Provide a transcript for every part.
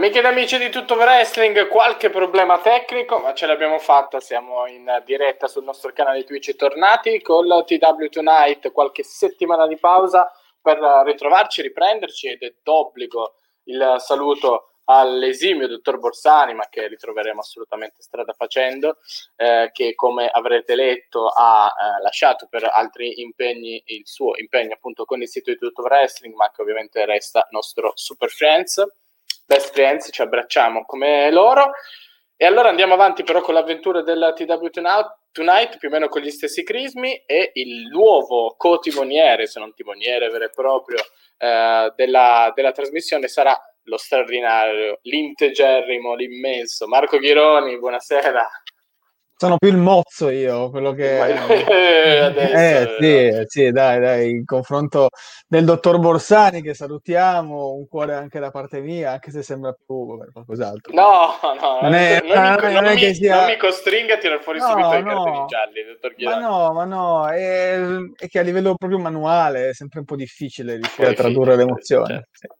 Amiche ed amici di Tutto Wrestling, qualche problema tecnico, ma ce l'abbiamo fatta, siamo in diretta sul nostro canale Twitch tornati con TW Tonight, qualche settimana di pausa per ritrovarci, riprenderci ed è d'obbligo il saluto all'esimio dottor Borsani, ma che ritroveremo assolutamente strada facendo, che come avrete letto ha lasciato per altri impegni il suo impegno appunto con il sito di Tutto Wrestling, ma che ovviamente resta nostro super friends. Best friends, ci abbracciamo come loro. E allora andiamo avanti però con l'avventura della TW Tonight, più o meno con gli stessi crismi, e il nuovo co-timoniere, se non timoniere vero e proprio, della trasmissione sarà lo straordinario, l'integerrimo, l'immenso Marco Ghironi. Buonasera. Sono più il mozzo io, quello che... Adesso, sì, dai, il confronto del dottor Borsani, che salutiamo, un cuore anche da parte mia, anche se sembra più qualcos'altro. No, Non è, non è che sia... non mi costringa a tirare fuori subito i cartellini gialli, dottor Ghironi. Ma no, è che a livello proprio manuale è sempre un po' difficile riuscire a tradurre l'emozione.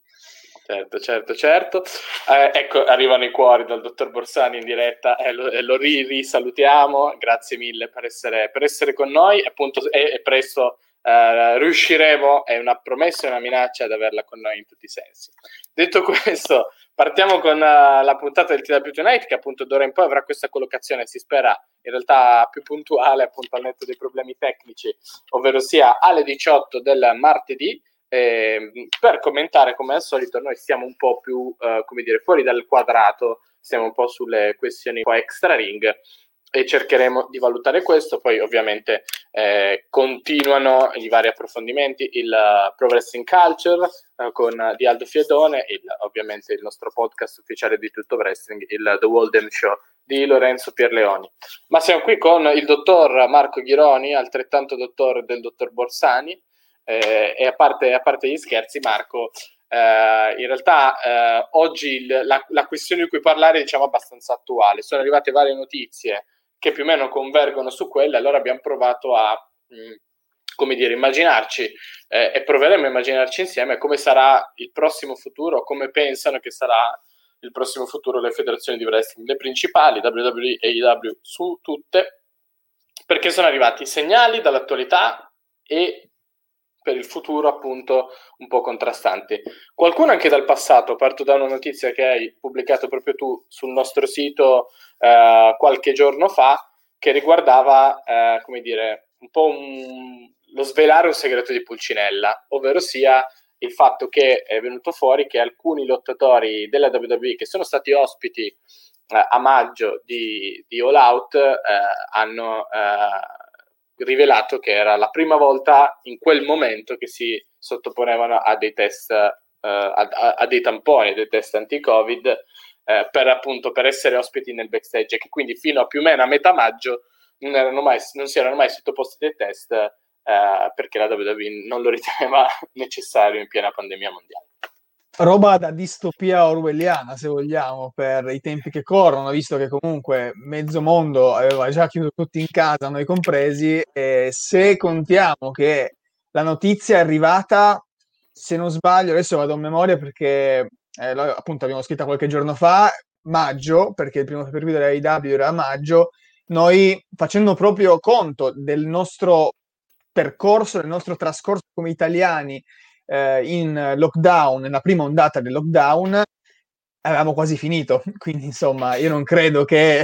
Certo. Ecco, arrivano i cuori dal dottor Borsani in diretta e lo risalutiamo. Grazie mille per essere con noi. Appunto, e presto riusciremo, è una promessa e una minaccia, ad averla con noi in tutti i sensi. Detto questo, partiamo con la puntata del TW Tonight, che appunto d'ora in poi avrà questa collocazione, si spera in realtà più puntuale, appunto al netto dei problemi tecnici, ovvero sia alle 18 del martedì. Per commentare, come al solito, noi stiamo un po' più come dire, fuori dal quadrato, stiamo un po' sulle questioni un po' extra ring e cercheremo di valutare questo. Poi ovviamente continuano i vari approfondimenti, il Pro Wrestling Culture con di Aldo Fiedone, ovviamente il nostro podcast ufficiale di Tutto Wrestling, il The Walden Show di Lorenzo Pierleoni. Ma siamo qui con il dottor Marco Ghironi, altrettanto dottore del dottor Borsani. E a parte gli scherzi, Marco, in realtà oggi la questione di cui parlare, diciamo, è abbastanza attuale. Sono arrivate varie notizie che più o meno convergono su quelle, allora abbiamo provato a come dire, immaginarci e proveremo a immaginarci insieme come sarà il prossimo futuro, come pensano che sarà il prossimo futuro le federazioni di wrestling, le principali, WWE e AEW su tutte, perché sono arrivati segnali dall'attualità e per il futuro appunto un po' contrastanti. Qualcuno anche dal passato, parto da una notizia che hai pubblicato proprio tu sul nostro sito qualche giorno fa, che riguardava come dire un po' lo svelare un segreto di Pulcinella, ovvero sia il fatto che è venuto fuori che alcuni lottatori della WWE che sono stati ospiti a maggio di All Out hanno rivelato che era la prima volta in quel momento che si sottoponevano a dei test, a dei tamponi, dei test anti-Covid, per essere ospiti nel backstage, e che quindi fino a più o meno a metà maggio non si erano mai sottoposti dei test perché la WWE non lo riteneva necessario in piena pandemia mondiale. Roba da distopia orwelliana, se vogliamo, per i tempi che corrono, visto che comunque mezzo mondo aveva già chiuso tutti in casa, noi compresi, e se contiamo che la notizia è arrivata, se non sbaglio, adesso vado a memoria perché appunto abbiamo scritto qualche giorno fa, maggio, perché il primo pay-per-view della AEW era a maggio, noi facendo proprio conto del nostro percorso, del nostro trascorso come italiani in lockdown, nella prima ondata del lockdown, avevamo quasi finito. Quindi, insomma, io non credo che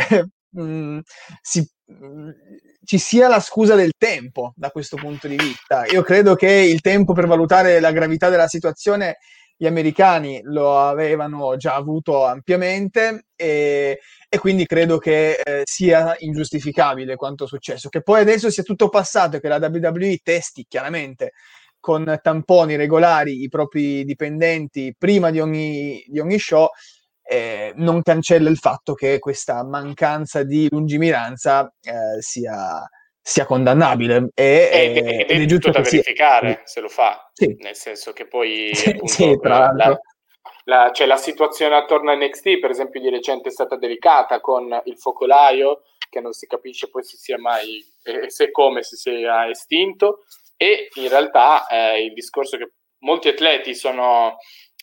ci sia la scusa del tempo da questo punto di vista. Io credo che il tempo per valutare la gravità della situazione gli americani lo avevano già avuto ampiamente e quindi credo che sia ingiustificabile quanto è successo. Che poi adesso sia tutto passato e che la WWE testi chiaramente con tamponi regolari i propri dipendenti prima di ogni show, non cancella il fatto che questa mancanza di lungimiranza sia condannabile Ed ed è è tutto giusto da che sia. verificare se lo fa, Sì, nel senso che poi sì, appunto sì, tra l'altro. c'è la situazione attorno a NXT, per esempio di recente è stata delicata con il focolaio, che non si capisce poi se sia mai, se come si sia estinto, e in realtà il discorso che molti atleti sono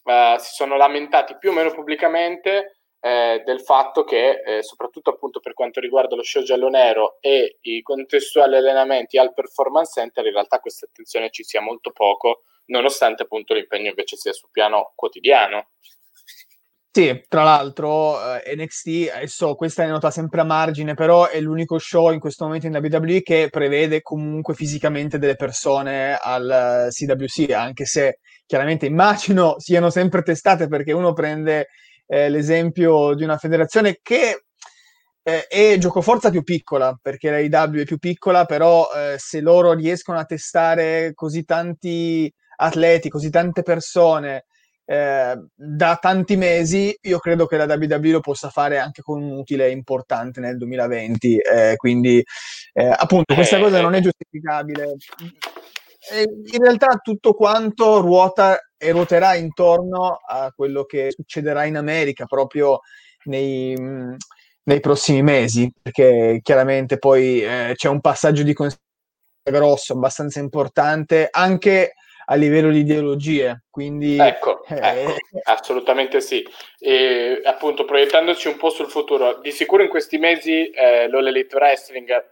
si sono lamentati più o meno pubblicamente del fatto che, soprattutto appunto per quanto riguarda lo show giallo-nero e i contestuali allenamenti al performance center, in realtà questa attenzione ci sia molto poco, nonostante appunto l'impegno invece sia sul piano quotidiano. Sì, tra l'altro NXT, adesso questa è nota sempre a margine, però è l'unico show in questo momento in WWE che prevede comunque fisicamente delle persone al CWC, anche se chiaramente immagino siano sempre testate, perché uno prende l'esempio di una federazione che è giocoforza più piccola, perché la AEW è più piccola, però se loro riescono a testare così tanti atleti, così tante persone da tanti mesi, io credo che la WWE lo possa fare anche con un utile importante nel 2020, quindi appunto questa cosa non è giustificabile. In realtà tutto quanto ruota e ruoterà intorno a quello che succederà in America proprio nei prossimi mesi, perché chiaramente poi c'è un passaggio di conseguenza grosso, abbastanza importante, anche a livello di ideologie, quindi Ecco, assolutamente sì. E appunto proiettandoci un po' sul futuro, di sicuro in questi mesi l'All Elite Wrestling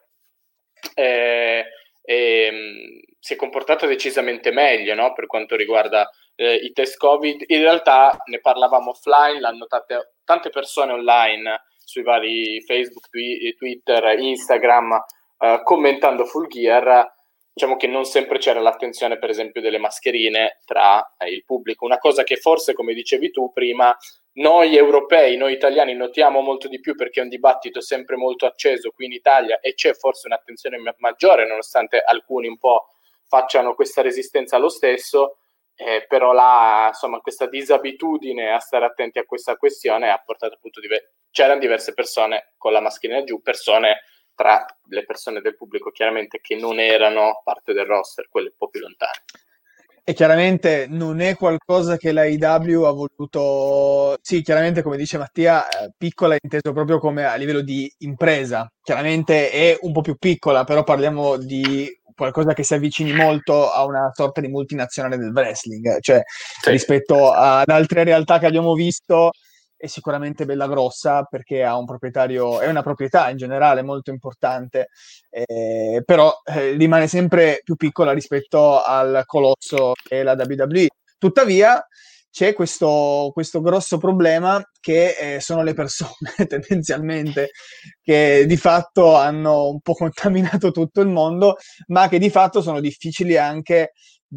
si è comportato decisamente meglio, no? Per quanto riguarda i test Covid. In realtà ne parlavamo offline, l'hanno tante persone online sui vari Facebook, Twitter, Instagram, commentando Full Gear. Diciamo che non sempre c'era l'attenzione, per esempio, delle mascherine tra il pubblico. Una cosa che forse, come dicevi tu prima, noi europei, noi italiani notiamo molto di più, perché è un dibattito sempre molto acceso qui in Italia e c'è forse un'attenzione maggiore, nonostante alcuni un po' facciano questa resistenza lo stesso, però insomma, questa disabitudine a stare attenti a questa questione ha portato appunto c'erano diverse persone con la mascherina giù, persone tra le persone del pubblico chiaramente che non erano parte del roster, quelle un po' più lontane. E chiaramente non è qualcosa che la IW ha voluto, sì, chiaramente come dice Mattia, piccola è inteso proprio come a livello di impresa, chiaramente è un po' più piccola, però parliamo di qualcosa che si avvicini molto a una sorta di multinazionale del wrestling, cioè Sì. rispetto ad altre realtà che abbiamo visto è sicuramente bella grossa, perché ha un proprietario, è una proprietà in generale molto importante, però rimane sempre più piccola rispetto al colosso che è la WWE. Tuttavia c'è questo grosso problema che sono le persone tendenzialmente, che di fatto hanno un po' contaminato tutto il mondo, ma che di fatto sono difficili anche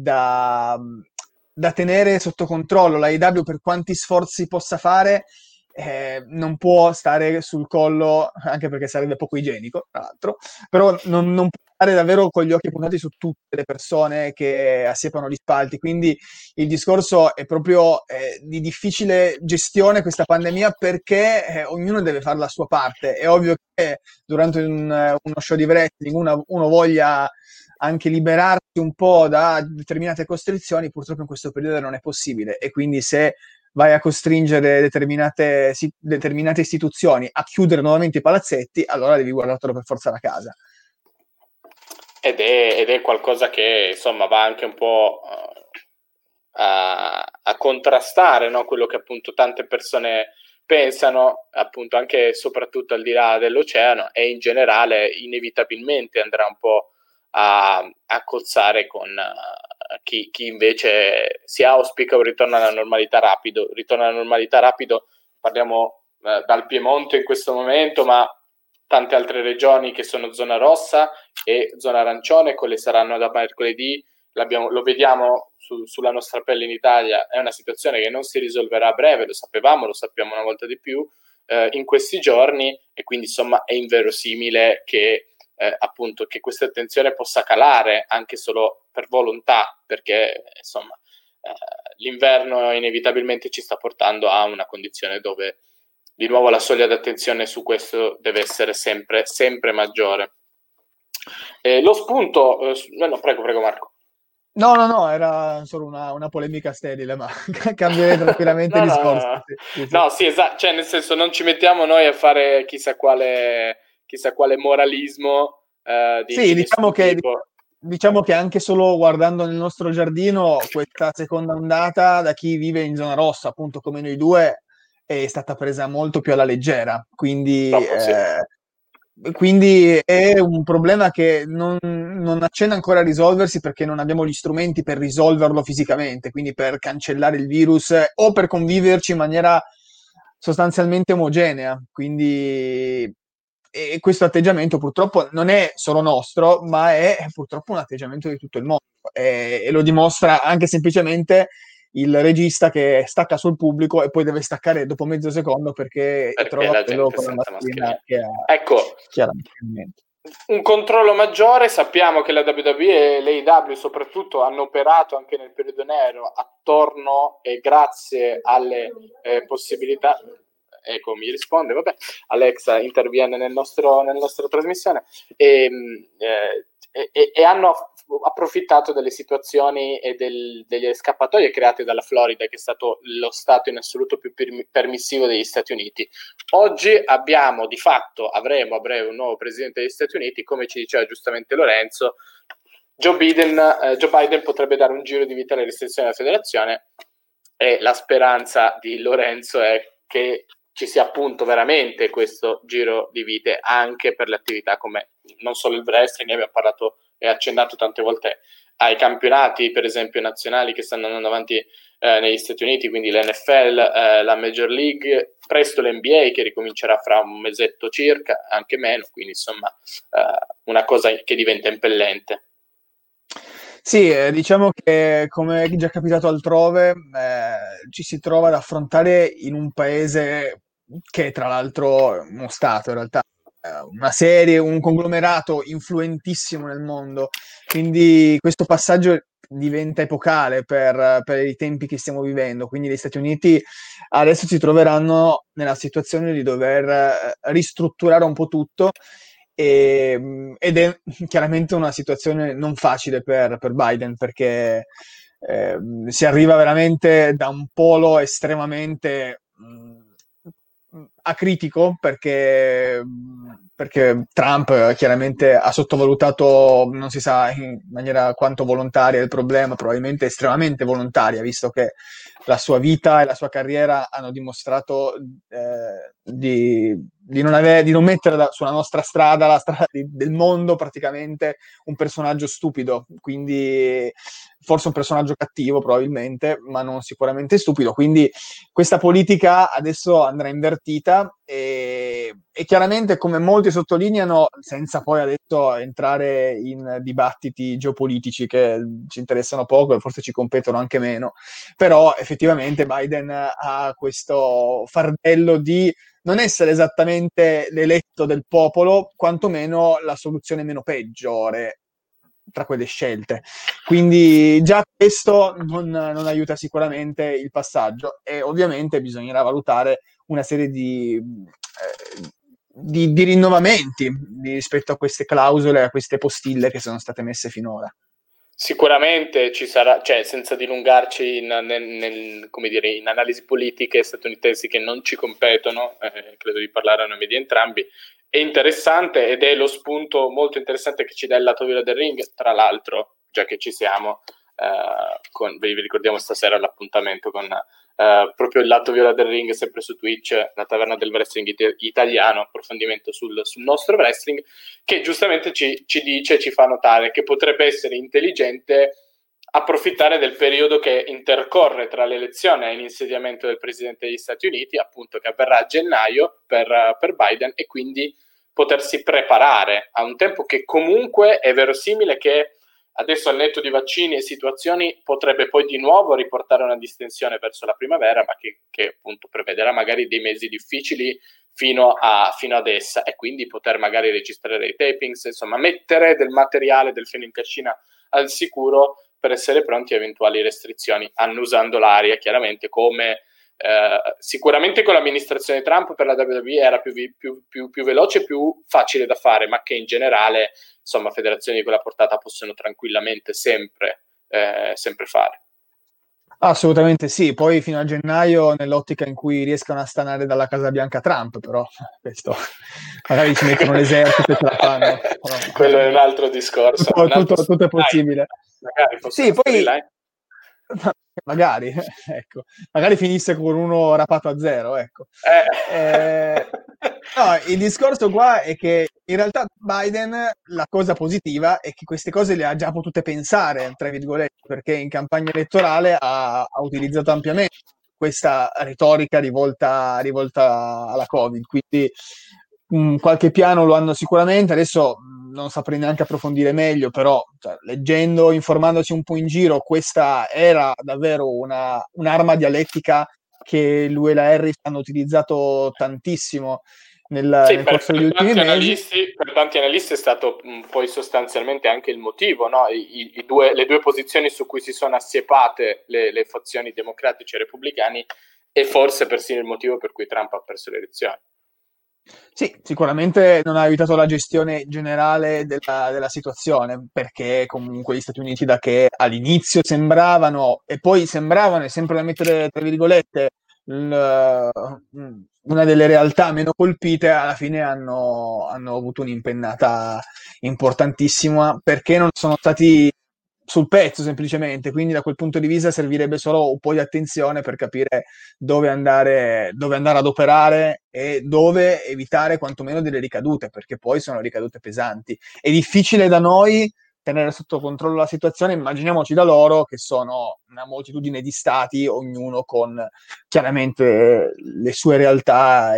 da tenere sotto controllo. La AEW, per quanti sforzi possa fare, non può stare sul collo, anche perché sarebbe poco igienico, tra l'altro, però non può stare davvero con gli occhi puntati su tutte le persone che assiepano gli spalti. Quindi il discorso è proprio di difficile gestione questa pandemia, perché ognuno deve fare la sua parte. È ovvio che durante uno show di wrestling uno voglia anche liberarsi un po' da determinate costrizioni, purtroppo in questo periodo non è possibile, e quindi se vai a costringere determinate istituzioni a chiudere nuovamente i palazzetti, allora devi guardartelo per forza da casa. Ed è qualcosa che insomma va anche un po' a contrastare, no? Quello che appunto tante persone pensano, appunto anche e soprattutto al di là dell'oceano, e in generale inevitabilmente andrà un po' a cozzare con chi invece si auspica un ritorno alla normalità rapido. Ritorno alla normalità rapido, parliamo dal Piemonte in questo momento, ma tante altre regioni che sono zona rossa e zona arancione, quelle saranno da mercoledì. Lo vediamo sulla nostra pelle in Italia, è una situazione che non si risolverà a breve, lo sapevamo, lo sappiamo una volta di più in questi giorni, e quindi insomma è inverosimile che appunto che questa tensione possa calare anche solo per volontà, perché insomma l'inverno inevitabilmente ci sta portando a una condizione dove di nuovo la soglia d'attenzione su questo deve essere sempre, sempre maggiore. Lo spunto, no, prego Marco. No, era solo una polemica sterile, ma cambierei tranquillamente No, discorso. Sì, sì. no, sì, esatto, cioè nel senso non ci mettiamo noi a fare chissà quale moralismo Sì, di diciamo nessun che tipo. diciamo che anche solo guardando nel nostro giardino, questa seconda ondata, da chi vive in zona rossa, appunto come noi due, è stata presa molto più alla leggera. Purtroppo sì. Quindi è un problema che non accenna ancora a risolversi perché non abbiamo gli strumenti per risolverlo fisicamente, quindi per cancellare il virus o per conviverci in maniera sostanzialmente omogenea. Quindi e questo atteggiamento purtroppo non è solo nostro, ma è purtroppo un atteggiamento di tutto il mondo e lo dimostra anche semplicemente il regista che stacca sul pubblico e poi deve staccare dopo mezzo secondo perché Perché trova la quello gente con la senza mascherina mascherina. che ha Ecco, chiaramente in mente. un controllo maggiore, sappiamo che la WWE e l'AEW soprattutto hanno operato anche nel periodo nero attorno e grazie alle possibilità. Ecco, mi risponde, vabbè, Alexa interviene nella nostra trasmissione e hanno approfittato delle situazioni e delle scappatoie create dalla Florida, che è stato lo stato in assoluto più permissivo degli Stati Uniti. Oggi abbiamo di fatto, avremo a breve un nuovo presidente degli Stati Uniti, come ci diceva giustamente Lorenzo. Joe Biden potrebbe dare un giro di vita alle restrizioni della federazione e la speranza di Lorenzo è che ci sia appunto veramente questo giro di vite anche per le attività come non solo il wrestling, ne abbiamo parlato e accennato tante volte ai campionati per esempio nazionali che stanno andando avanti negli Stati Uniti, quindi l'NFL, la Major League, presto l'NBA che ricomincerà fra un mesetto circa, anche meno, quindi insomma una cosa che diventa impellente. Sì, diciamo che come è già capitato altrove, ci si trova ad affrontare in un paese che è tra l'altro uno stato, in realtà, una serie, un conglomerato influentissimo nel mondo. Quindi questo passaggio diventa epocale per i tempi che stiamo vivendo. Quindi gli Stati Uniti adesso si troveranno nella situazione di dover ristrutturare un po' tutto ed è chiaramente una situazione non facile per Biden perché si arriva veramente da un polo estremamente acritico perché Trump chiaramente ha sottovalutato, non si sa in maniera quanto volontaria il problema, probabilmente estremamente volontaria, visto che la sua vita e la sua carriera hanno dimostrato di non mettere sulla nostra strada, la strada del mondo, praticamente un personaggio stupido, quindi forse un personaggio cattivo probabilmente, ma non sicuramente stupido, quindi questa politica adesso andrà invertita e chiaramente come molti sottolineano, senza poi adesso entrare in dibattiti geopolitici che ci interessano poco e forse ci competono anche meno, però effettivamente Biden ha questo fardello di non essere esattamente l'eletto del popolo, quantomeno la soluzione meno peggiore tra quelle scelte. Quindi già questo non aiuta sicuramente il passaggio e ovviamente bisognerà valutare una serie di rinnovamenti rispetto a queste clausole, a queste postille che sono state messe finora. Sicuramente ci sarà, cioè senza dilungarci come dire, in analisi politiche statunitensi che non ci competono, credo di parlare a nome di entrambi, è interessante ed è lo spunto molto interessante che ci dà il lato vero del ring, tra l'altro, già che ci siamo, vi ricordiamo stasera l'appuntamento con proprio il lato viola del ring, sempre su Twitch, la taverna del wrestling italiano, approfondimento sul nostro wrestling, che giustamente ci dice, ci fa notare che potrebbe essere intelligente approfittare del periodo che intercorre tra l'elezione e l'insediamento del presidente degli Stati Uniti, appunto che avverrà a gennaio per Biden, e quindi potersi preparare a un tempo che comunque è verosimile che adesso al netto di vaccini e situazioni potrebbe poi di nuovo riportare una distensione verso la primavera, ma che appunto prevederà magari dei mesi difficili fino ad essa, e quindi poter magari registrare dei tapings, insomma mettere del materiale del film in cascina al sicuro per essere pronti a eventuali restrizioni, annusando l'aria chiaramente come sicuramente con l'amministrazione Trump per la WWE era più veloce e più facile da fare, ma che in generale insomma federazioni di quella portata possono tranquillamente sempre fare. Assolutamente sì, poi fino a gennaio nell'ottica in cui riescano a stanare dalla Casa Bianca Trump, però questo magari ci mettono l'esercito e ce la fanno, però Quello è un altro discorso, tutto, un altro tutto è storyline. possibile. Magari fosse Sì, una poi storyline. magari, ecco, magari finisse con uno rapato a zero, ecco. Eh. Eh, no, il discorso qua è che in realtà Biden, la cosa positiva è che queste cose le ha già potute pensare, tra virgolette, perché in campagna elettorale ha utilizzato ampiamente questa retorica rivolta alla Covid, quindi qualche piano lo hanno sicuramente, adesso non saprei neanche approfondire meglio, però cioè, leggendo, informandosi un po' in giro, questa era davvero un'arma dialettica che lui e la Harris hanno utilizzato tantissimo Sì, nel corso degli ultimi mesi. per tanti analisti è stato poi sostanzialmente anche il motivo, no? Le due posizioni su cui si sono assiepate le fazioni democratici e repubblicani e forse persino il motivo per cui Trump ha perso le elezioni. Sì, sicuramente non ha aiutato la gestione generale della situazione, perché comunque gli Stati Uniti da che all'inizio sembravano, e poi sembravano, è sempre da mettere tra virgolette, una delle realtà meno colpite, alla fine hanno avuto un'impennata importantissima perché non sono stati sul pezzo semplicemente, quindi da quel punto di vista servirebbe solo un po' di attenzione per capire dove andare ad operare e dove evitare quantomeno delle ricadute, perché poi sono ricadute pesanti. È difficile da noi tenere sotto controllo la situazione, immaginiamoci da loro che sono una moltitudine di stati, ognuno con chiaramente le sue realtà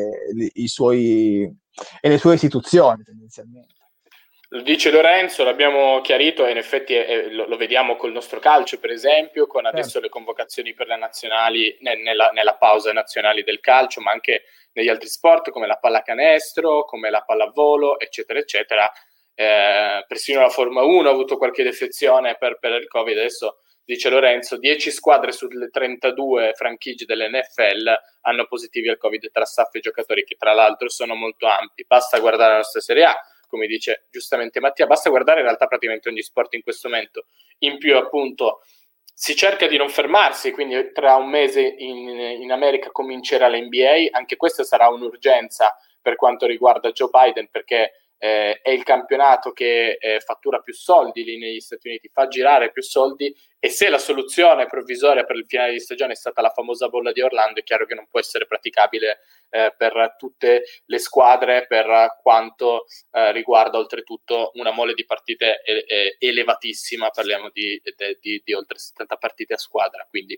e le sue istituzioni tendenzialmente. Lo dice Lorenzo, l'abbiamo chiarito e in effetti lo vediamo col nostro calcio, per esempio, con Certo. adesso le convocazioni per le nazionali, nella pausa nazionali del calcio, ma anche negli altri sport come la pallacanestro, come la pallavolo, eccetera, eccetera. Persino la Formula 1 ha avuto qualche defezione per il Covid. Adesso dice Lorenzo, 10 squadre sulle 32 franchigie dell'NFL hanno positivi al Covid tra staff e giocatori, che tra l'altro sono molto ampi. Basta guardare la nostra Serie A, come dice giustamente Mattia, basta guardare in realtà praticamente ogni sport in questo momento. In più appunto si cerca di non fermarsi, quindi tra un mese in America comincerà l'NBA, anche questa sarà un'urgenza per quanto riguarda Joe Biden, perché è il campionato che fattura più soldi lì negli Stati Uniti, fa girare più soldi, e se la soluzione provvisoria per il finale di stagione è stata la famosa bolla di Orlando, è chiaro che non può essere praticabile per tutte le squadre, per quanto riguarda oltretutto una mole di partite elevatissima, parliamo di oltre 70 partite a squadra, quindi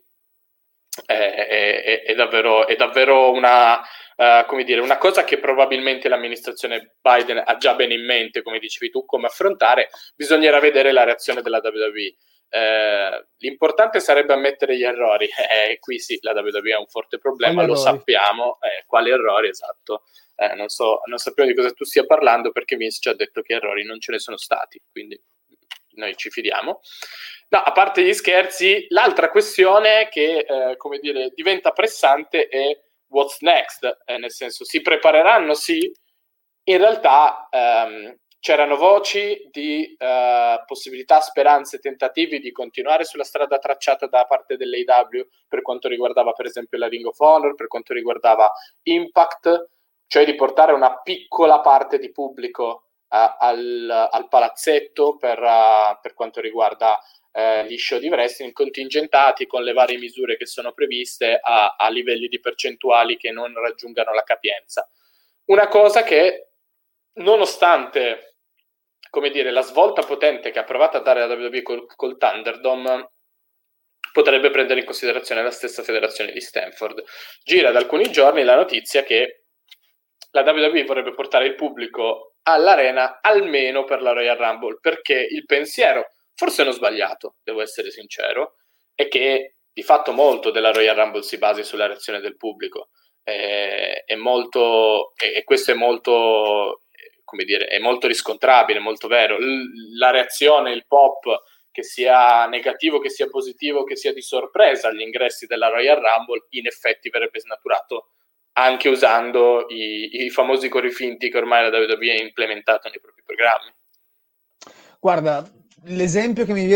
è davvero una, come dire, una cosa che probabilmente l'amministrazione Biden ha già bene in mente, come dicevi tu, come affrontare. Bisognerà vedere la reazione della WWE. L'importante sarebbe ammettere gli errori. Qui sì, la WWE ha un forte problema, Quali lo errori? sappiamo. Quali errori, esatto. Non sappiamo di cosa tu stia parlando, perché Vince ci ha detto che errori non ce ne sono stati, quindi noi ci fidiamo. No, a parte gli scherzi, l'altra questione che come dire, diventa pressante è what's next, nel senso si prepareranno, sì, in realtà c'erano voci di possibilità, speranze, tentativi di continuare sulla strada tracciata da parte dell'AEW per quanto riguardava per esempio la Ring of Honor, per quanto riguardava Impact, cioè di portare una piccola parte di pubblico al palazzetto per quanto riguarda gli show di wrestling contingentati con le varie misure che sono previste a livelli di percentuali che non raggiungano la capienza. Una cosa che, nonostante, come dire, la svolta potente che ha provato a dare la WWE col Thunderdome, potrebbe prendere in considerazione la stessa federazione di Stanford. Gira da alcuni giorni la notizia che la WWE vorrebbe portare il pubblico all'arena almeno per la Royal Rumble, perché il pensiero, forse non sbagliato, devo essere sincero, è che di fatto molto della Royal Rumble si basi sulla reazione del pubblico. È molto, e questo è molto, come dire, è molto riscontrabile, molto vero. La reazione, il pop, che sia negativo, che sia positivo, che sia di sorpresa agli ingressi della Royal Rumble, in effetti verrebbe snaturato anche usando i famosi cori finti che ormai la WWE ha implementato nei propri programmi. Guarda, l'esempio che mi viene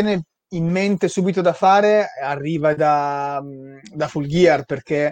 in mente subito da fare arriva da Full Gear, perché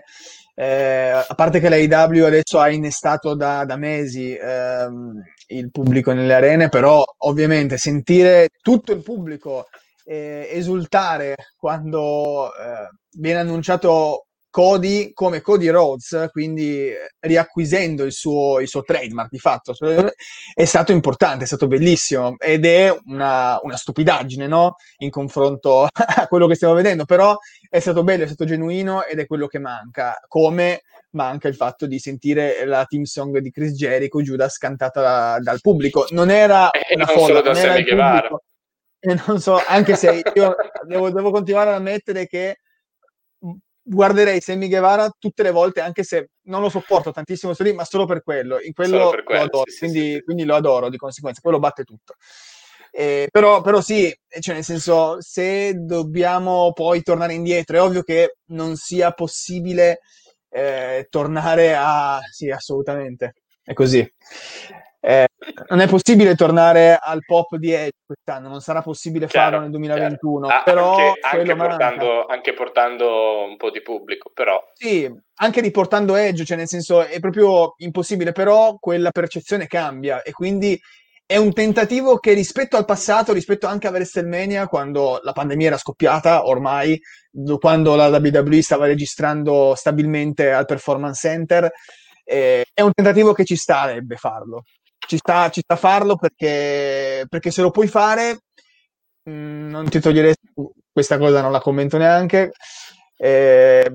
a parte che la AEW adesso ha innestato da mesi il pubblico nelle arene, però ovviamente sentire tutto il pubblico esultare quando viene annunciato Cody come Cody Rhodes, quindi riacquisendo il suo trademark di fatto, è stato importante, è stato bellissimo ed è una stupidaggine, no? In confronto a quello che stiamo vedendo, però è stato bello, è stato genuino ed è quello che manca, come manca il fatto di sentire la team song di Chris Jericho, Judas, cantata dal pubblico. Non era E una non solo folla, da non era Sammy il Guevara. pubblico, e non so, anche se io devo continuare ad ammettere che guarderei Sammy Guevara tutte le volte, anche se non lo sopporto tantissimo lì, ma solo per quello. In Solo quello per lo quello, adoro, sì, sì, sì, sì. quindi lo adoro di conseguenza, quello batte tutto. Però sì, cioè nel senso, se dobbiamo poi tornare indietro, è ovvio che non sia possibile tornare a... Sì, assolutamente, è così. Eh, non è possibile tornare al pop di Edge quest'anno, non sarà possibile farlo nel Chiaro, chiaro. 2021, però quello manca. Anche portando un po' di pubblico, però. Sì, anche riportando Edge, cioè nel senso è proprio impossibile, però quella percezione cambia e quindi è un tentativo che rispetto al passato, rispetto anche a WrestleMania, quando la pandemia era scoppiata ormai, quando la WWE stava registrando stabilmente al Performance Center, è un tentativo che ci starebbe farlo. Ci sta farlo perché se lo puoi fare, non ti toglierei questa cosa, non la commento neanche. Eh,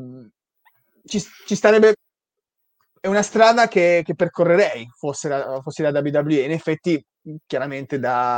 ci starebbe, è una strada che percorrerei fossi la WWE. In effetti, chiaramente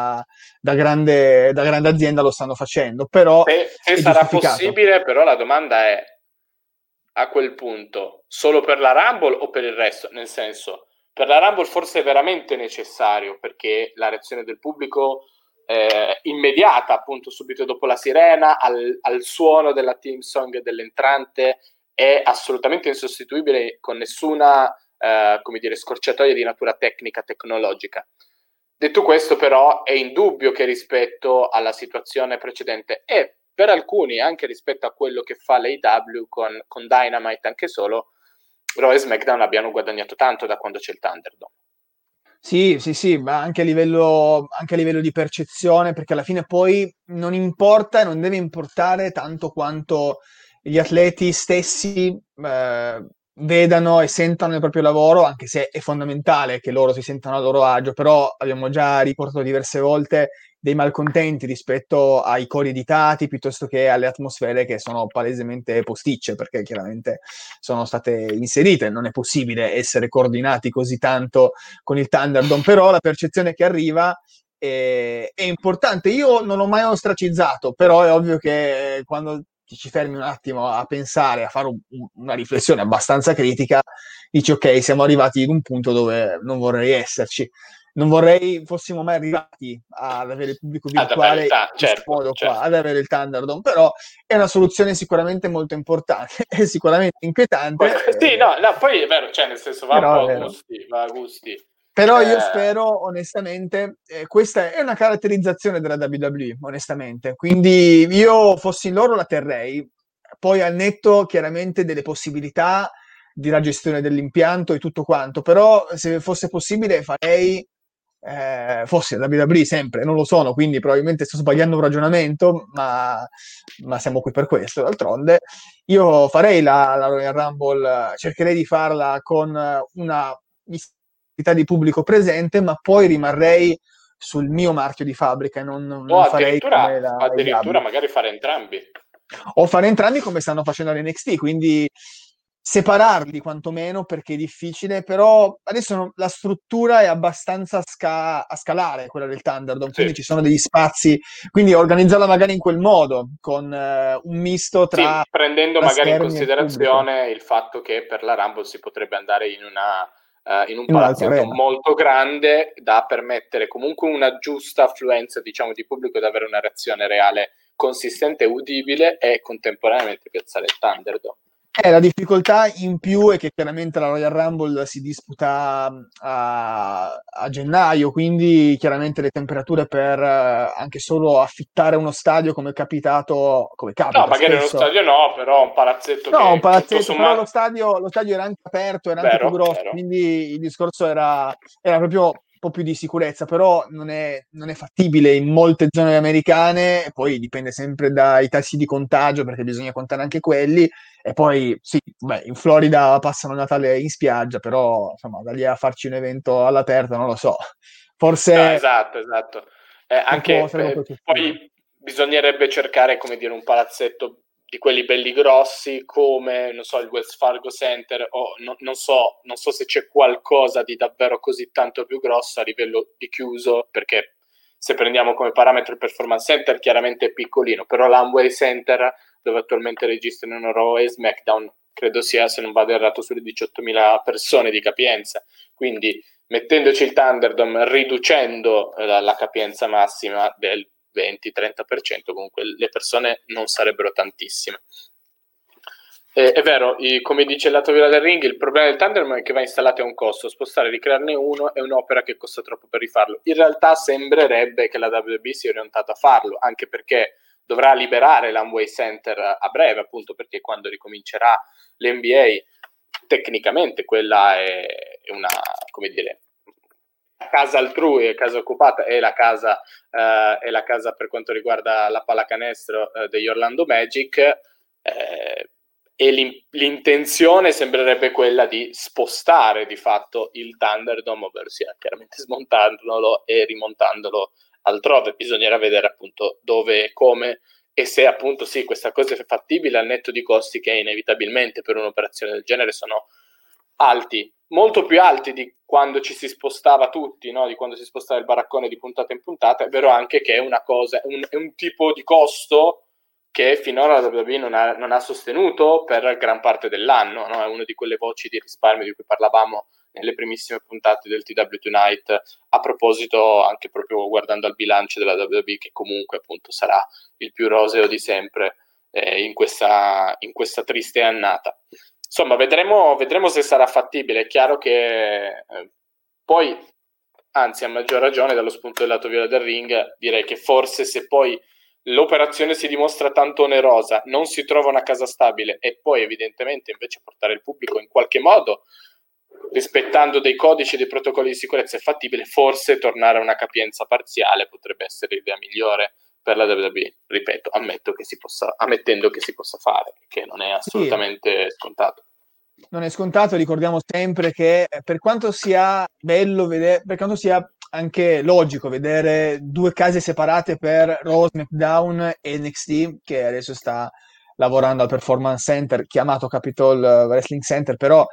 da grande azienda lo stanno facendo, però Se è sarà giustificato. possibile, però la domanda è, a quel punto, solo per la Rumble o per il resto? Nel senso, per la Rumble forse è veramente necessario, perché la reazione del pubblico immediata, appunto subito dopo la sirena, al suono della team song dell'entrante, è assolutamente insostituibile, con nessuna come dire, scorciatoia di natura tecnica, tecnologica. Detto questo, però, è indubbio che rispetto alla situazione precedente e per alcuni anche rispetto a quello che fa l'AEW con Dynamite, anche solo, Raw e SmackDown abbiano guadagnato tanto da quando c'è il Thunderdome. Sì, sì, sì, ma anche a livello di percezione, perché alla fine poi non importa e non deve importare tanto quanto gli atleti stessi vedano e sentano il proprio lavoro, anche se è fondamentale che loro si sentano a loro agio, però abbiamo già riportato diverse volte dei malcontenti rispetto ai cori editati piuttosto che alle atmosfere che sono palesemente posticce, perché chiaramente sono state inserite, non è possibile essere coordinati così tanto con il Thunderdome, però la percezione che arriva è importante. Io non l'ho mai ostracizzato, però è ovvio che quando ti ci fermi un attimo a pensare, a fare una riflessione abbastanza critica, dici ok, siamo arrivati in un punto dove non vorrei esserci. Non vorrei fossimo mai arrivati ad avere il pubblico Ad avere virtuale il in questo certo, modo qua, certo. ad avere il Thunderdome, però è una soluzione sicuramente molto importante e sicuramente inquietante, Sì, no, no, poi è vero, cioè nel senso va un però po' è a vero. gusti, va a gusti. Però io Eh, spero, onestamente, questa è una caratterizzazione della WWE, onestamente. Quindi io fossi in loro la terrei, poi al netto chiaramente delle possibilità di la gestione dell'impianto e tutto quanto, però se fosse possibile farei, fossi la WWE sempre, non lo sono, quindi probabilmente sto sbagliando un ragionamento, ma siamo qui per questo. D'altronde io farei la Royal Rumble, cercherei di farla con una di pubblico presente, ma poi rimarrei sul mio marchio di fabbrica e o non farei come la addirittura AEW. magari fare entrambi. O fare entrambi come stanno facendo all'NXT, quindi separarli quantomeno perché è difficile, però adesso la struttura è abbastanza a scalare, quella del Thunderdome, Sì. quindi ci sono degli spazi, quindi organizzarla magari in quel modo, con un misto Sì, prendendo tra magari in schermi e pubblico, considerazione il fatto che per la Rumble si potrebbe andare in un in un'altra palazzetto arena. molto grande da permettere comunque una giusta affluenza, diciamo, di pubblico ed avere una reazione reale consistente e udibile e contemporaneamente piazzare il Thunderdome. La difficoltà in più è che chiaramente la Royal Rumble si disputa a gennaio, quindi chiaramente le temperature per anche solo affittare uno stadio come è capitato, come No, capita magari uno spesso. stadio no, però un palazzetto No, un che tutto palazzetto, però sommato... lo stadio era anche aperto, era anche più Vero, grosso, vero. quindi il discorso era proprio un po' più di sicurezza, però non è fattibile in molte zone americane, e poi dipende sempre dai tassi di contagio, perché bisogna contare anche quelli, e poi sì, beh, in Florida passano Natale in spiaggia, però insomma, da lì a farci un evento all'aperto, non lo so, No, forse esatto, esatto. sarebbe un po' eccessivo. Poi bisognerebbe cercare, come dire, un palazzetto di quelli belli grossi, come, non so, il Wells Fargo Center, o non so se c'è qualcosa di davvero così tanto più grosso a livello di chiuso, perché se prendiamo come parametro il Performance Center, chiaramente è piccolino, però l'Amway Center, dove attualmente registrano Raw e SmackDown, credo sia, se non vado errato, sulle 18.000 persone di capienza. Quindi mettendoci il Thunderdome, riducendo la capienza massima del 20-30%, comunque le persone non sarebbero tantissime. È vero, come dice il lato viola del ring, il problema del Thunderdome è che va installato a un costo, spostare e ricrearne uno è un'opera che costa troppo per rifarlo. In realtà sembrerebbe che la WWE sia orientata a farlo, anche perché dovrà liberare l'Amway Center a breve, appunto perché quando ricomincerà l'NBA tecnicamente quella è una, come dire, casa altrui, è casa occupata, è la casa per quanto riguarda la pallacanestro degli Orlando Magic, e l'intenzione sembrerebbe quella di spostare di fatto il Thunderdome, ovvero sia chiaramente smontandolo e rimontandolo altrove. Bisognerà vedere appunto dove e come, e se appunto sì, questa cosa è fattibile al netto di costi che inevitabilmente per un'operazione del genere sono alti, molto più alti di quando ci si spostava tutti, no? Di quando si spostava il baraccone di puntata in puntata. È vero anche che è una cosa, è un tipo di costo che finora la WWE non ha sostenuto per gran parte dell'anno, no? È una di quelle voci di risparmio di cui parlavamo nelle primissime puntate del TW Tonight, a proposito anche proprio guardando al bilancio della WWE, che comunque appunto sarà il più roseo di sempre in questa triste annata. Insomma, vedremo se sarà fattibile. È chiaro che poi, anzi, a maggior ragione, dallo spunto del lato viola del ring, direi che forse se poi l'operazione si dimostra tanto onerosa, non si trova una casa stabile, e poi evidentemente invece portare il pubblico in qualche modo, rispettando dei codici e dei protocolli di sicurezza, è fattibile, forse tornare a una capienza parziale potrebbe essere l'idea migliore per la WWE. Ripeto, ammettendo che si possa fare, che non è Sì, assolutamente scontato. non è scontato, ricordiamo sempre che per quanto sia bello vedere, per quanto sia anche logico vedere due case separate per Raw, SmackDown e NXT, che adesso sta lavorando al Performance Center, chiamato Capitol Wrestling Center, però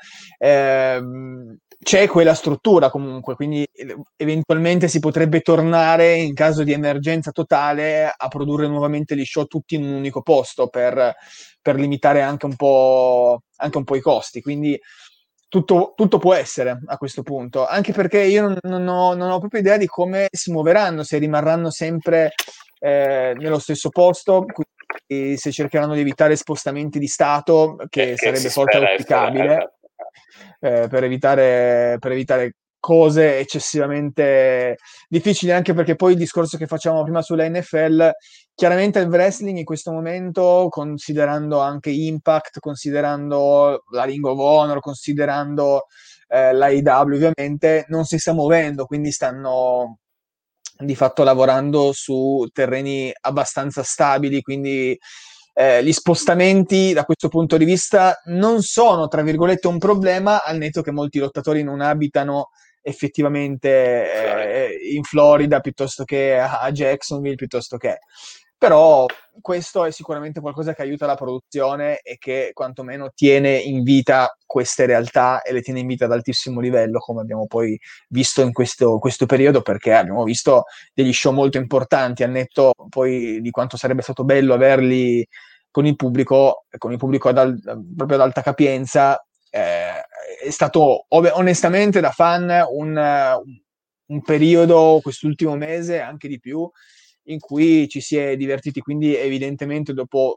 c'è quella struttura comunque, quindi eventualmente si potrebbe tornare in caso di emergenza totale a produrre nuovamente gli show tutti in un unico posto per limitare anche un po' i costi. Quindi tutto può essere a questo punto, anche perché io non ho proprio idea di come si muoveranno, se rimarranno sempre nello stesso posto, quindi se cercheranno di evitare spostamenti di Stato, che Che si sarebbe forse spera essere, auspicabile, esatto. per evitare cose eccessivamente difficili, anche perché poi il discorso che facciamo prima sulla NFL, chiaramente il wrestling in questo momento, considerando anche Impact, considerando la Ring of Honor, considerando l'AEW ovviamente, non si sta muovendo, quindi stanno di fatto lavorando su terreni abbastanza stabili, quindi gli spostamenti da questo punto di vista non sono, tra virgolette, un problema, al netto che molti lottatori non abitano effettivamente Florida. in Florida piuttosto che a Jacksonville, piuttosto che. Però questo è sicuramente qualcosa che aiuta la produzione e che quantomeno tiene in vita queste realtà e le tiene in vita ad altissimo livello, come abbiamo poi visto in questo periodo, perché abbiamo visto degli show molto importanti, al netto poi di quanto sarebbe stato bello averli con il pubblico proprio ad alta capienza. È stato onestamente da fan un periodo, quest'ultimo mese, anche di più, in cui ci si è divertiti, quindi evidentemente dopo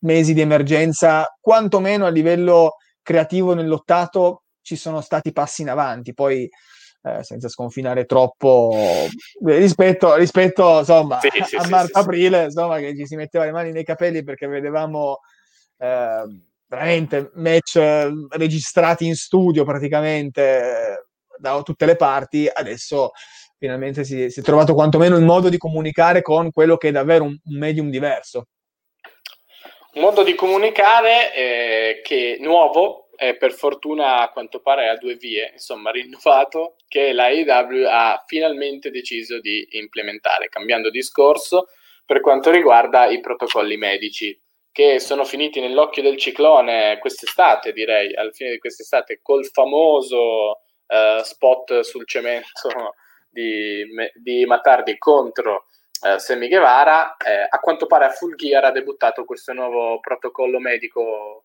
mesi di emergenza, quantomeno a livello creativo nell'ottato ci sono stati passi in avanti, poi senza sconfinare troppo rispetto insomma, Sì, sì, a sì, sì, sì. marzo-aprile, insomma, che ci si metteva le mani nei capelli perché vedevamo veramente match registrati in studio praticamente da tutte le parti. Adesso finalmente si è trovato quantomeno il modo di comunicare con quello che è davvero un medium diverso. Un modo di comunicare che nuovo, per fortuna a quanto pare a due vie, insomma rinnovato, che la AEW ha finalmente deciso di implementare, cambiando discorso per quanto riguarda i protocolli medici, che sono finiti nell'occhio del ciclone quest'estate, direi, alla fine di quest'estate, col famoso spot sul cemento di Matardi contro Sammy Guevara. A quanto pare a Full Gear ha debuttato questo nuovo protocollo medico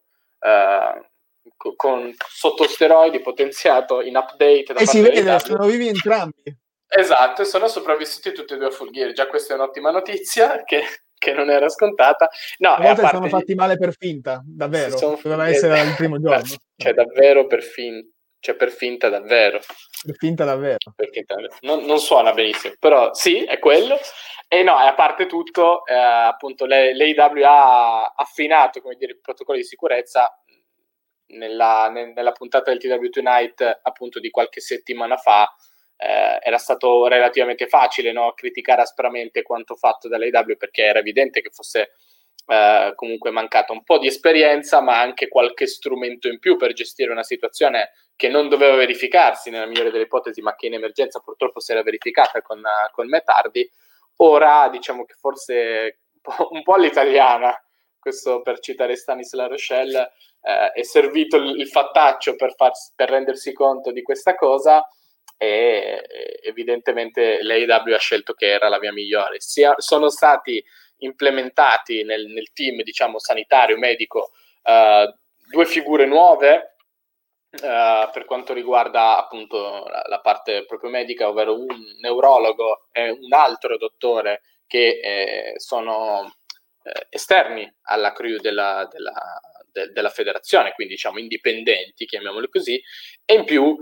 con sotto steroidi potenziato in update da E si parte vede, dell'AEW. sono vivi entrambi. Esatto, e sono sopravvissuti tutti e due a Full Gear. Già questa è un'ottima notizia che non era scontata. No, A e a volte si sono parte fatti male per finta, davvero. sono, Doveva essere dal primo giorno. cioè davvero cioè per finta davvero. Per finta davvero. Perché non suona benissimo, però sì, è quello. E no, e a parte tutto, appunto, l'AEW ha affinato, come dire, il protocollo di sicurezza nella puntata del TW Tonight, appunto, di qualche settimana fa. Era stato relativamente facile, no, criticare aspramente quanto fatto dall'AEW, perché era evidente che fosse comunque mancata un po' di esperienza, ma anche qualche strumento in più per gestire una situazione che non doveva verificarsi nella migliore delle ipotesi, ma che in emergenza purtroppo si era verificata con Matt Hardy. Ora diciamo che forse un po' all'italiana, questo per citare Stanis La Rochelle, è servito il fattaccio per rendersi conto di questa cosa, e evidentemente l'AEW ha scelto che era la via migliore. Sono stati implementati nel team, diciamo, sanitario, medico, due figure nuove per quanto riguarda appunto la parte proprio medica, ovvero un neurologo e un altro dottore che sono esterni alla crew della federazione, quindi diciamo indipendenti, chiamiamoli così, e in più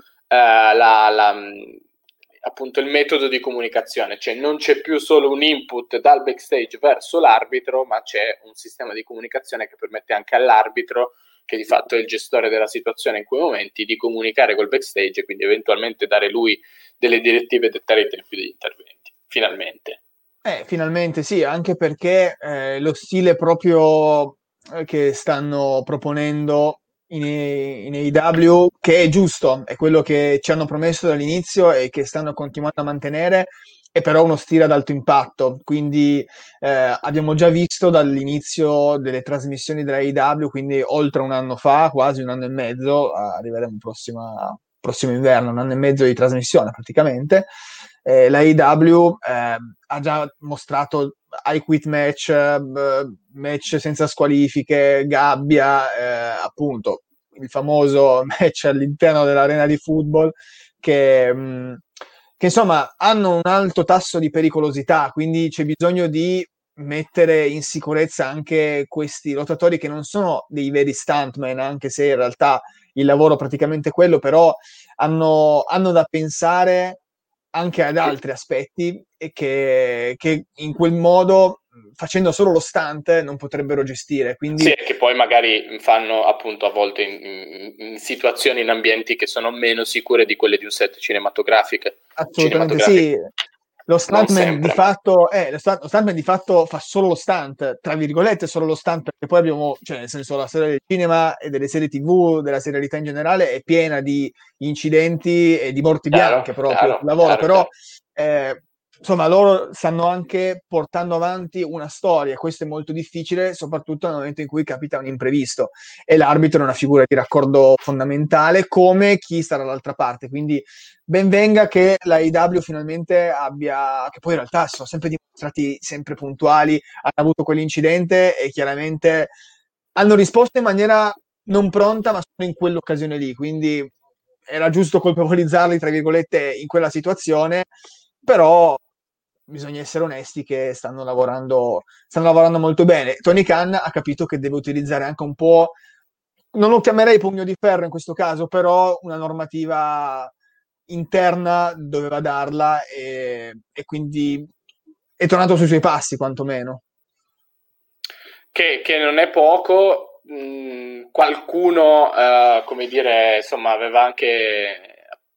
appunto il metodo di comunicazione, cioè non c'è più solo un input dal backstage verso l'arbitro, ma c'è un sistema di comunicazione che permette anche all'arbitro, che di fatto è il gestore della situazione in quei momenti, di comunicare col backstage e quindi eventualmente dare lui delle direttive e dettare i tempi degli interventi, finalmente. Finalmente sì, anche perché lo stile proprio che stanno proponendo in AEW, che è giusto, è quello che ci hanno promesso dall'inizio e che stanno continuando a mantenere, è però uno stile ad alto impatto. Quindi abbiamo già visto dall'inizio delle trasmissioni della AEW, quindi oltre un anno fa, quasi un anno e mezzo, arriveremo prossimo inverno, un anno e mezzo di trasmissione praticamente. La AEW ha già mostrato I Quit match, match senza squalifiche, gabbia, appunto il famoso match all'interno dell'arena di football che insomma hanno un alto tasso di pericolosità, quindi c'è bisogno di mettere in sicurezza anche questi lottatori che non sono dei veri stuntman, anche se in realtà il lavoro è praticamente quello, però hanno da pensare anche ad altri aspetti e che in quel modo, facendo solo lo stunt, non potrebbero gestire. Quindi sì, che poi magari fanno appunto a volte in situazioni, in ambienti che sono meno sicure di quelle di un set assolutamente cinematografico. sì. Lo Non stuntman di sempre, ma fatto, lo stuntman di fatto fa solo lo stunt, tra virgolette solo lo stunt, perché poi abbiamo, cioè nel senso la storia del cinema e delle serie TV, della serialità in generale è piena di incidenti e di morti chiaro, bianche proprio sul chiaro, lavoro, chiaro, però chiaro. eh, insomma loro stanno anche portando avanti una storia, questo è molto difficile, soprattutto nel momento in cui capita un imprevisto e l'arbitro è una figura di raccordo fondamentale come chi sta dall'altra parte, quindi ben venga che la AEW finalmente abbia, che poi in realtà si sono sempre dimostrati sempre puntuali, hanno avuto quell'incidente e chiaramente hanno risposto in maniera non pronta, ma solo in quell'occasione lì, quindi era giusto colpevolizzarli, tra virgolette, in quella situazione, però bisogna essere onesti che stanno lavorando molto bene. Tony Khan ha capito che deve utilizzare anche un po', non lo chiamerei pugno di ferro in questo caso, però una normativa interna doveva darla e quindi è tornato sui suoi passi, quantomeno. Che non è poco. Qualcuno, come dire, insomma, aveva anche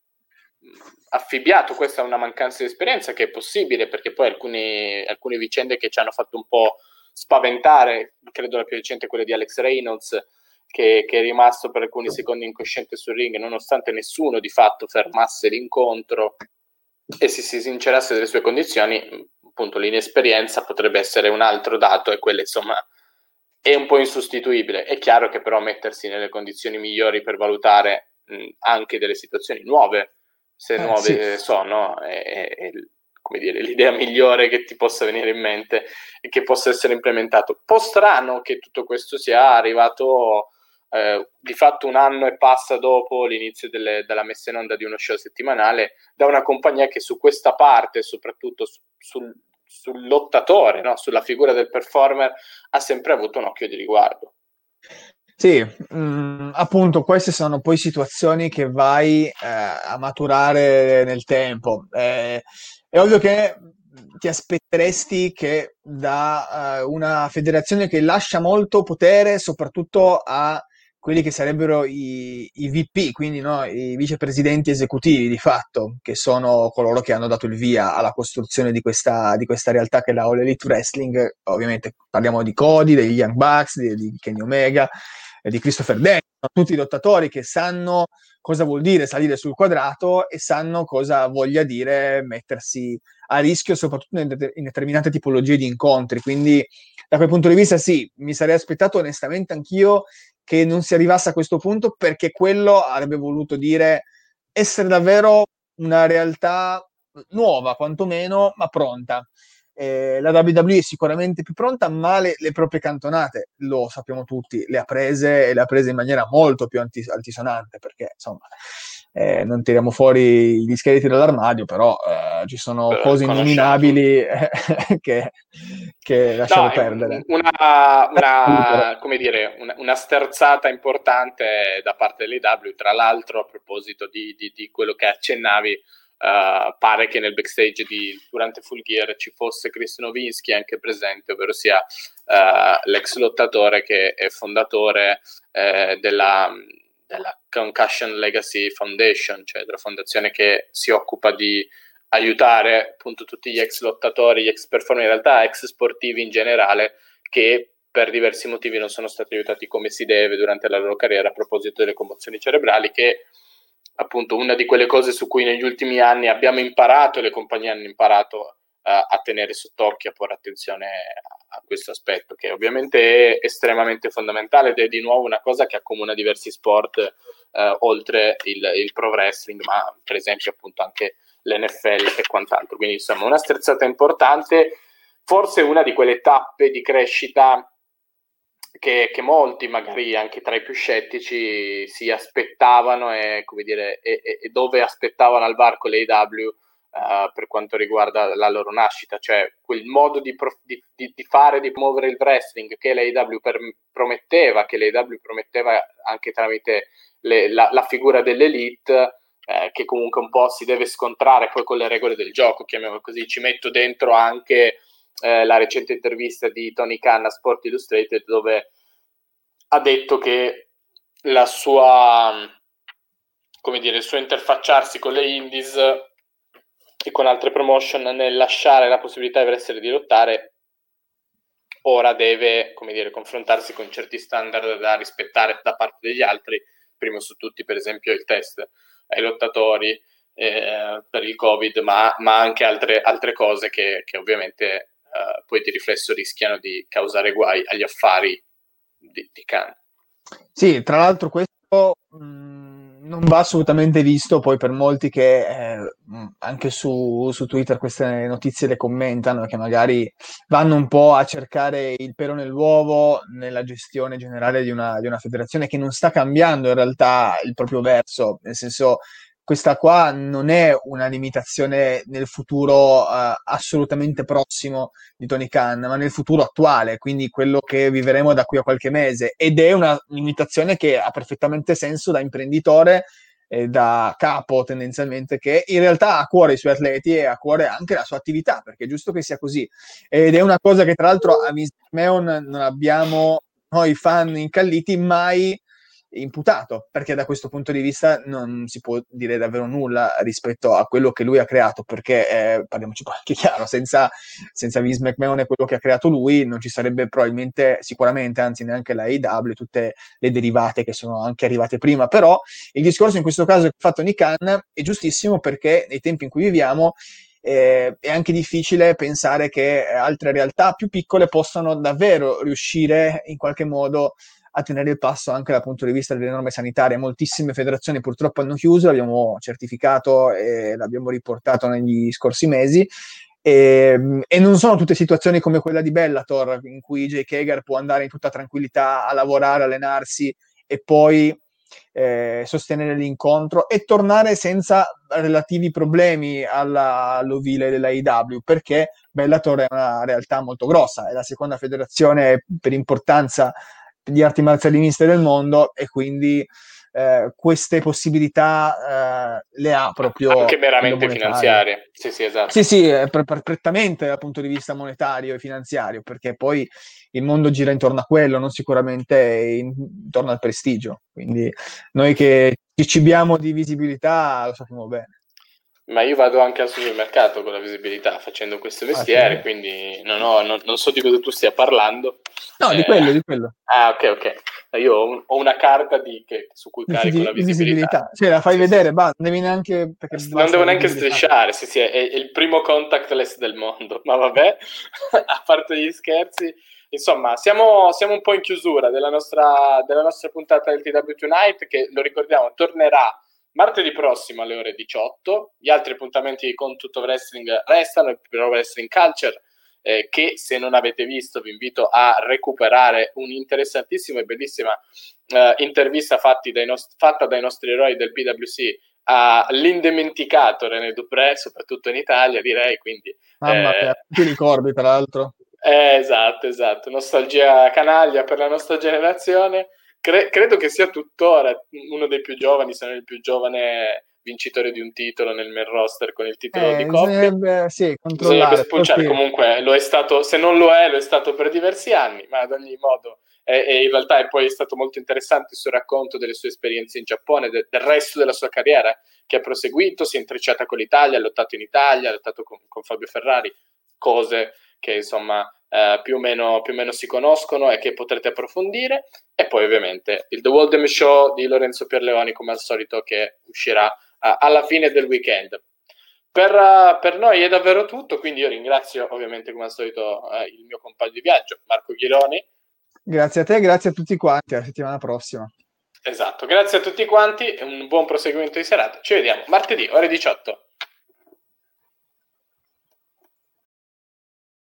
affibbiato questa è una mancanza di esperienza, che è possibile, perché poi alcune vicende che ci hanno fatto un po' spaventare, credo la più recente quella di Alex Reynolds, che è rimasto per alcuni secondi incosciente sul ring, nonostante nessuno di fatto fermasse l'incontro e si sincerasse delle sue condizioni. Appunto, l'inesperienza potrebbe essere un altro dato, e quello, insomma, è un po' insostituibile. È chiaro che però mettersi nelle condizioni migliori per valutare anche delle situazioni nuove, se Sì. nuove sono, è, come dire, l'idea migliore che ti possa venire in mente e che possa essere implementato. Un po' strano che tutto questo sia arrivato di fatto un anno e passa dopo l'inizio della messa in onda di uno show settimanale, da una compagnia che su questa parte, soprattutto sul lottatore, no? Sulla figura del performer, ha sempre avuto un occhio di riguardo. Sì, appunto, queste sono poi situazioni che vai a maturare nel tempo. È ovvio che ti aspetteresti che da una federazione che lascia molto potere, soprattutto a quelli che sarebbero i VP, quindi no, i vicepresidenti esecutivi di fatto, che sono coloro che hanno dato il via alla costruzione di questa realtà che è la All Elite Wrestling. Ovviamente parliamo di Cody, degli Young Bucks, di Kenny Omega, di Christopher Daniels, tutti i lottatori che sanno cosa vuol dire salire sul quadrato e sanno cosa voglia dire mettersi a rischio, soprattutto in determinate tipologie di incontri. Quindi, da quel punto di vista, sì, mi sarei aspettato onestamente anch'io che non si arrivasse a questo punto, perché quello avrebbe voluto dire essere davvero una realtà nuova, quantomeno, ma pronta. La WWE è sicuramente più pronta, ma le proprie cantonate, lo sappiamo tutti, le ha prese, e le ha prese in maniera molto più altisonante, perché insomma non tiriamo fuori gli scheletri dall'armadio, però ci sono cose Conosciamo tutti. innominabili che lasciamo No, perdere. come dire, una sterzata importante da parte dell'AEW. Tra l'altro, a proposito di quello che accennavi, pare che nel backstage durante Full Gear ci fosse Chris Nowinski anche presente, ovvero sia l'ex lottatore che è fondatore della Concussion Legacy Foundation, cioè della fondazione che si occupa di aiutare appunto tutti gli ex lottatori, gli ex performer, in realtà ex sportivi in generale, che per diversi motivi non sono stati aiutati come si deve durante la loro carriera, a proposito delle commozioni cerebrali, che appunto una di quelle cose su cui negli ultimi anni abbiamo imparato, e le compagnie hanno imparato a tenere sott'occhio, a porre attenzione a questo aspetto, che ovviamente è estremamente fondamentale, ed è di nuovo una cosa che accomuna diversi sport oltre il pro wrestling, ma per esempio appunto anche l'NFL e quant'altro. Quindi insomma una sterzata importante, forse una di quelle tappe di crescita che molti, magari anche tra i più scettici, si aspettavano, e come dire, e dove aspettavano al varco l'AEW per quanto riguarda la loro nascita, cioè quel modo di fare, di promuovere il wrestling che l'AEW prometteva, anche tramite la figura dell'elite, che comunque un po' si deve scontrare poi con le regole del gioco, chiamiamolo così. Ci metto dentro anche la recente intervista di Tony Khan a Sport Illustrated, dove ha detto che la sua, come dire, il suo interfacciarsi con le indies e con altre promotion nel lasciare la possibilità di wrestler di lottare, ora deve, come dire, confrontarsi con certi standard da rispettare da parte degli altri, primo su tutti per esempio il test ai lottatori per il Covid, ma anche altre cose che ovviamente poi di riflesso rischiano di causare guai agli affari di Khan. Sì, tra l'altro questo non va assolutamente visto poi per molti che anche su Twitter queste notizie le commentano, che magari vanno un po' a cercare il pelo nell'uovo nella gestione generale di una federazione che non sta cambiando in realtà il proprio verso, nel senso questa qua non è una limitazione nel futuro assolutamente prossimo di Tony Khan, ma nel futuro attuale, quindi quello che vivremo da qui a qualche mese. Ed è una limitazione che ha perfettamente senso da imprenditore e da capo tendenzialmente, che in realtà ha a cuore i suoi atleti e ha a cuore anche la sua attività, perché è giusto che sia così. Ed è una cosa che tra l'altro a Vince McMahon non abbiamo noi fan incalliti mai imputato, perché da questo punto di vista non si può dire davvero nulla rispetto a quello che lui ha creato, perché parliamoci anche chiaro, senza Vince McMahon e quello che ha creato lui non ci sarebbe probabilmente, sicuramente, anzi neanche la AEW, tutte le derivate che sono anche arrivate prima. Però il discorso in questo caso che ha fatto Nick Khan è giustissimo, perché nei tempi in cui viviamo è anche difficile pensare che altre realtà più piccole possano davvero riuscire in qualche modo a tenere il passo anche dal punto di vista delle norme sanitarie. Moltissime federazioni purtroppo hanno chiuso, l'abbiamo certificato e l'abbiamo riportato negli scorsi mesi. E non sono tutte situazioni come quella di Bellator, in cui Jake Hager può andare in tutta tranquillità a lavorare, allenarsi e poi sostenere l'incontro e tornare senza relativi problemi all'ovile della IW, perché Bellator è una realtà molto grossa, è la seconda federazione per importanza di arti marziali miste del mondo, e quindi queste possibilità le ha proprio a Anche livello meramente monetario. finanziarie. Sì, sì, esatto. Sì, sì, prettamente dal punto di vista monetario e finanziario, perché poi il mondo gira intorno a quello, non sicuramente intorno al prestigio. Quindi noi che ci cibiamo di visibilità lo sappiamo bene. Ma io vado anche al supermercato con la visibilità facendo questo Ah, sì. mestiere, quindi non so di cosa tu stia parlando. No, di Eh, quello, di quello. ok, ok. Io ho una carta su cui carico la Di visibilità. visibilità. Cioè, la fai Sì, sì, vedere, sì. non devi neanche, perché Non basta devo la neanche visibilità. strisciare, sì, sì, è il primo contactless del mondo, ma vabbè, a parte gli scherzi, insomma, siamo un po' in chiusura della nostra puntata del TW Tonight, che, lo ricordiamo, tornerà martedì prossimo alle ore 18. Gli altri appuntamenti con Tutto Wrestling restano, il Pro Wrestling Culture, che se non avete visto vi invito a recuperare, un'interessantissima e bellissima intervista fatta dai nostri eroi del PWC all'indimenticato René Dupré, soprattutto in Italia, direi, quindi Mamma mia, ti ricordi tra l'altro? esatto, esatto, nostalgia canaglia per la nostra generazione. Credo che sia tuttora uno dei più giovani, se non il più giovane vincitore di un titolo nel main roster con il titolo di coppia. Bisognerebbe, sì, Bisognerebbe controllare, però spulciare, sì. comunque lo è stato, se non lo è stato per diversi anni, ma ad ogni modo, e in realtà è poi stato molto interessante il suo racconto delle sue esperienze in Giappone, del resto della sua carriera che ha proseguito, si è intrecciata con l'Italia, ha lottato in Italia, ha lottato con Fabio Ferrari, cose che insomma più o meno si conoscono e che potrete approfondire. E poi ovviamente il The Waldem Show di Lorenzo Pierleoni, come al solito, che uscirà alla fine del weekend. Per noi è davvero tutto, quindi io ringrazio ovviamente come al solito il mio compagno di viaggio, Marco Ghironi. Grazie a te, grazie a tutti quanti, alla settimana prossima. Esatto, grazie a tutti quanti e un buon proseguimento di serata. Ci vediamo martedì, ore 18.